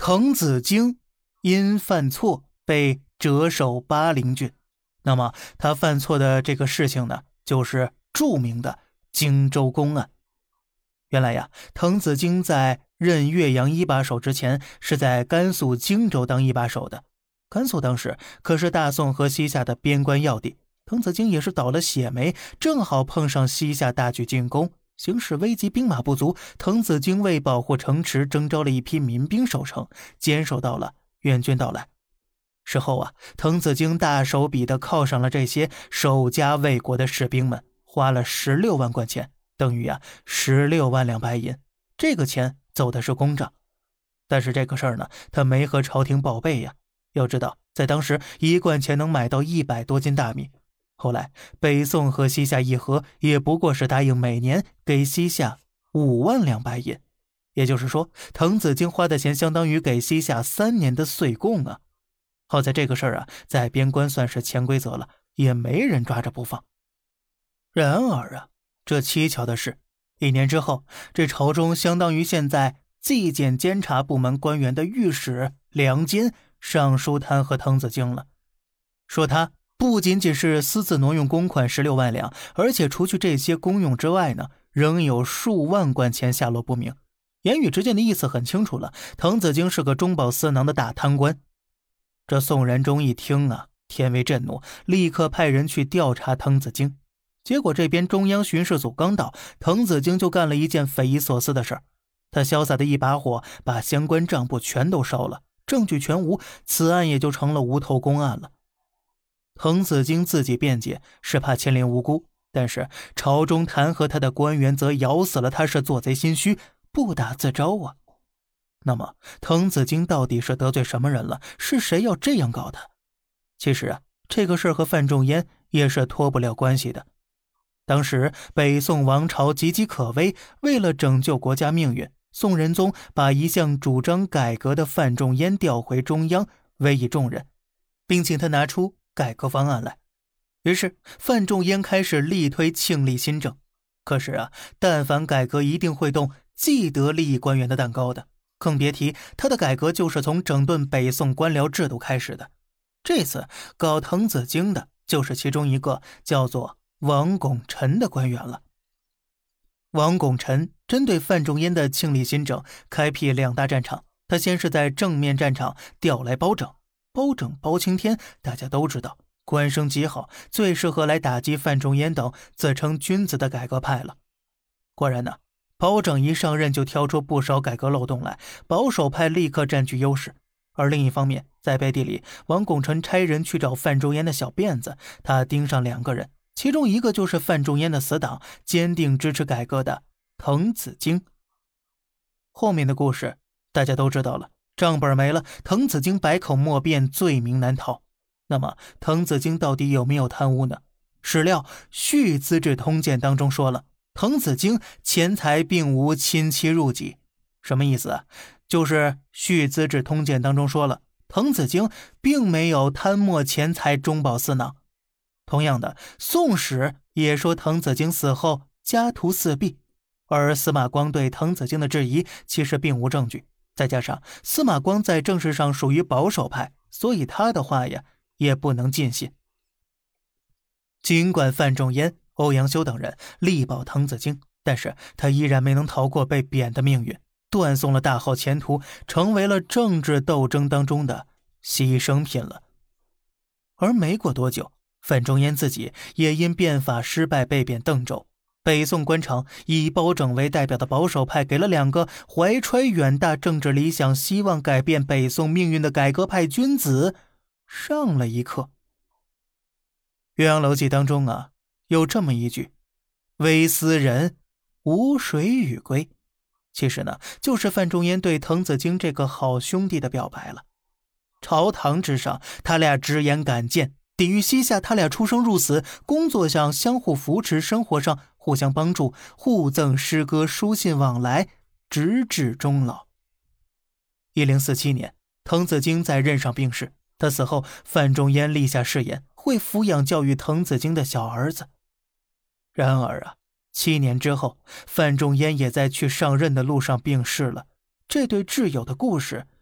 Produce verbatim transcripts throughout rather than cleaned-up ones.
滕子京因犯错被折首巴陵郡。那么他犯错的这个事情呢，就是著名的荆州公案。原来呀，滕子京在任岳阳一把手之前，是在甘肃荆州当一把手的。甘肃当时可是大宋和西夏的边关要地，滕子京也是倒了血霉，正好碰上西夏大举进攻，形势危急，兵马不足。滕子京为保护城池，征召了一批民兵守城，坚守到了援军到来。事后啊，滕子京大手笔地犒赏了这些守家卫国的士兵们，花了十六万贯钱，等于啊十六万两白银。这个钱走的是公账，但是这个事儿呢，他没和朝廷报备呀。要知道，在当时一贯钱能买到一百多斤大米。后来北宋和西夏议和，也不过是答应每年给西夏五万两白银，也就是说，滕子京花的钱相当于给西夏三年的岁贡啊。好在这个事儿啊，在边关算是潜规则了，也没人抓着不放。然而啊，这蹊跷的是，一年之后，这朝中相当于现在纪检监察部门官员的御史梁坚上书弹劾滕子京了，说他不仅仅是私自挪用公款十六万两，而且除去这些公用之外呢，仍有数万贯钱下落不明。言语之间的意思很清楚了，滕子京是个中饱私囊的大贪官。这宋仁宗一听啊，天为震怒，立刻派人去调查滕子京。结果这边中央巡视组刚到，滕子京就干了一件匪夷所思的事儿。他潇洒的一把火把相关账簿全都烧了，证据全无，此案也就成了无头公案了。滕子京自己辩解是怕牵连无辜，但是朝中弹劾他的官员则咬死了他是做贼心虚，不打自招啊。那么滕子京到底是得罪什么人了？是谁要这样搞他？其实啊，这个事儿和范仲淹也是脱不了关系的。当时北宋王朝岌岌可危，为了拯救国家命运，宋仁宗把一向主张改革的范仲淹调回中央，委以重任，并请他拿出改革方案来。于是范仲淹开始力推庆历新政。可是啊，但凡改革一定会动既得利益官员的蛋糕的，更别提他的改革就是从整顿北宋官僚制度开始的。这次搞滕子京的就是其中一个叫做王拱辰的官员了。王拱辰针对范仲淹的庆历新政开辟两大战场，他先是在正面战场调来包拯。包拯包青天大家都知道，官声极好，最适合来打击范仲淹等自称君子的改革派了。果然呢，包拯一上任就挑出不少改革漏洞来，保守派立刻占据优势。而另一方面，在背地里，王拱辰差人去找范仲淹的小辫子，他盯上两个人，其中一个就是范仲淹的死党，坚定支持改革的滕子京。后面的故事大家都知道了，账本没了，滕子京百口莫辩，罪名难逃。那么滕子京到底有没有贪污呢？史料《续资治通鉴》当中说了，滕子京钱财并无亲戚入己。什么意思啊？就是《续资治通鉴》当中说了，滕子京并没有贪墨钱财，中饱私囊。同样的，《宋史》也说滕子京死后家徒四壁，而司马光对滕子京的质疑其实并无证据。再加上司马光在政事上属于保守派，所以他的话呀也不能尽信。尽管范仲淹、欧阳修等人力保滕子京，但是他依然没能逃过被贬的命运，断送了大好前途，成为了政治斗争当中的牺牲品了。而没过多久，范仲淹自己也因变法失败被贬邓州。北宋官场以包拯为代表的保守派给了两个怀揣远大政治理想、希望改变北宋命运的改革派君子上了一课。《岳阳楼记》当中啊，有这么一句：微斯人，无水与归。其实呢，就是范仲淹对滕子京这个好兄弟的表白了。朝堂之上，他俩直言敢谏；抵御西夏，他俩出生入死；工作上相互扶持，生活上互相帮助，互赠诗歌，书信往来，直至终老。一零四七年，滕子京在任上病逝，他死后，范仲淹立下誓言，会抚养教育滕子京的小儿子。然而啊，七年之后，范仲淹也在去上任的路上病逝了。这对挚友的故事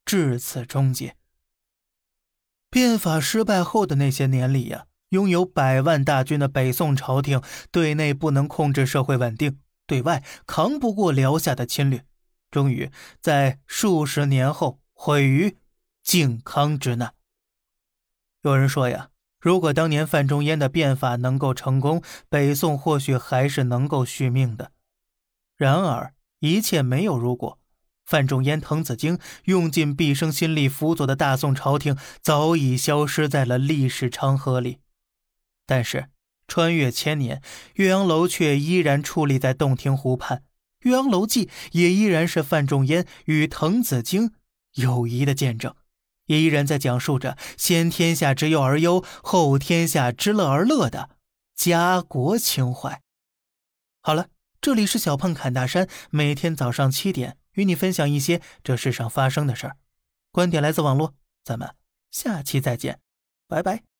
至此终结。变法失败后的那些年里呀、啊，拥有百万大军的北宋朝廷，对内不能控制社会稳定，对外扛不过辽夏的侵略，终于在数十年后毁于靖康之难。有人说呀，如果当年范仲淹的变法能够成功，北宋或许还是能够续命的。然而一切没有如果，范仲淹、滕子京用尽毕生心力辅佐的大宋朝廷早已消失在了历史长河里。但是穿越千年，岳阳楼却依然矗立在洞庭湖畔，岳阳楼记也依然是范仲淹与滕子京友谊的见证，也依然在讲述着先天下之忧而忧，后天下之乐而乐的家国情怀。好了，这里是小胖侃大山，每天早上七点与你分享一些这世上发生的事儿。观点来自网络，咱们下期再见，拜拜。